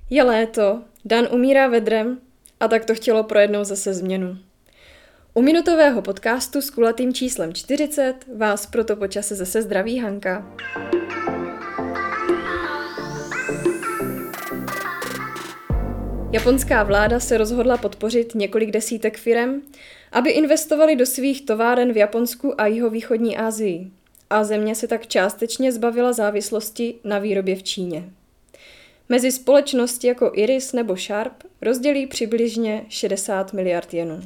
Je léto, Dan umírá vedrem a tak to chtělo pro jednou zase změnu. U minutového podcastu s kulatým číslem 40 vás proto po čase zase zdraví Hanka. Japonská vláda se rozhodla podpořit několik desítek firem, aby investovali do svých továren v Japonsku a jihovýchodní Asii. A země se tak částečně zbavila závislosti na výrobě v Číně. Mezi společnosti jako Iris nebo Sharp rozdělí přibližně 60 miliard jenů.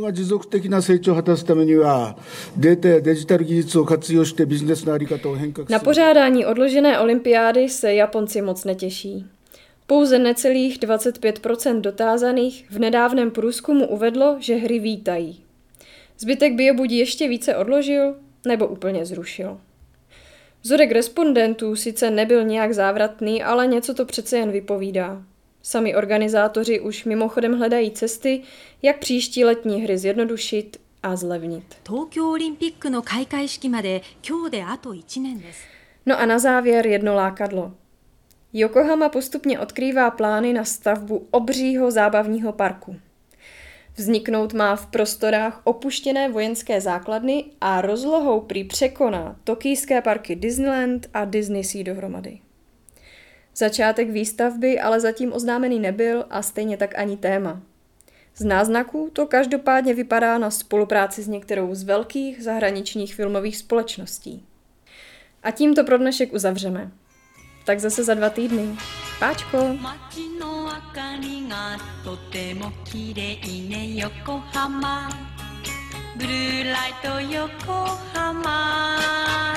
Na pořádání odložené olympiády se Japonci moc netěší. Pouze necelých 25% dotázaných v nedávném průzkumu uvedlo, že hry vítají. Zbytek by je buď ještě více odložil, nebo úplně zrušil. Vzorek respondentů sice nebyl nějak závratný, ale něco to přece jen vypovídá. Sami organizátoři už mimochodem hledají cesty, jak příští letní hry zjednodušit a zlevnit. No a na závěr jedno lákadlo. Yokohama postupně odkrývá plány na stavbu obřího zábavního parku. Vzniknout má v prostorách opuštěné vojenské základny a rozlohou prý překoná tokijské parky Disneyland a Disney Sea dohromady. Začátek výstavby ale zatím oznámený nebyl a stejně tak ani téma. Z náznaků to každopádně vypadá na spolupráci s některou z velkých zahraničních filmových společností. A tím to pro dnešek uzavřeme. Tak zase za 2 týdny. Páčko! Blue light Yokohama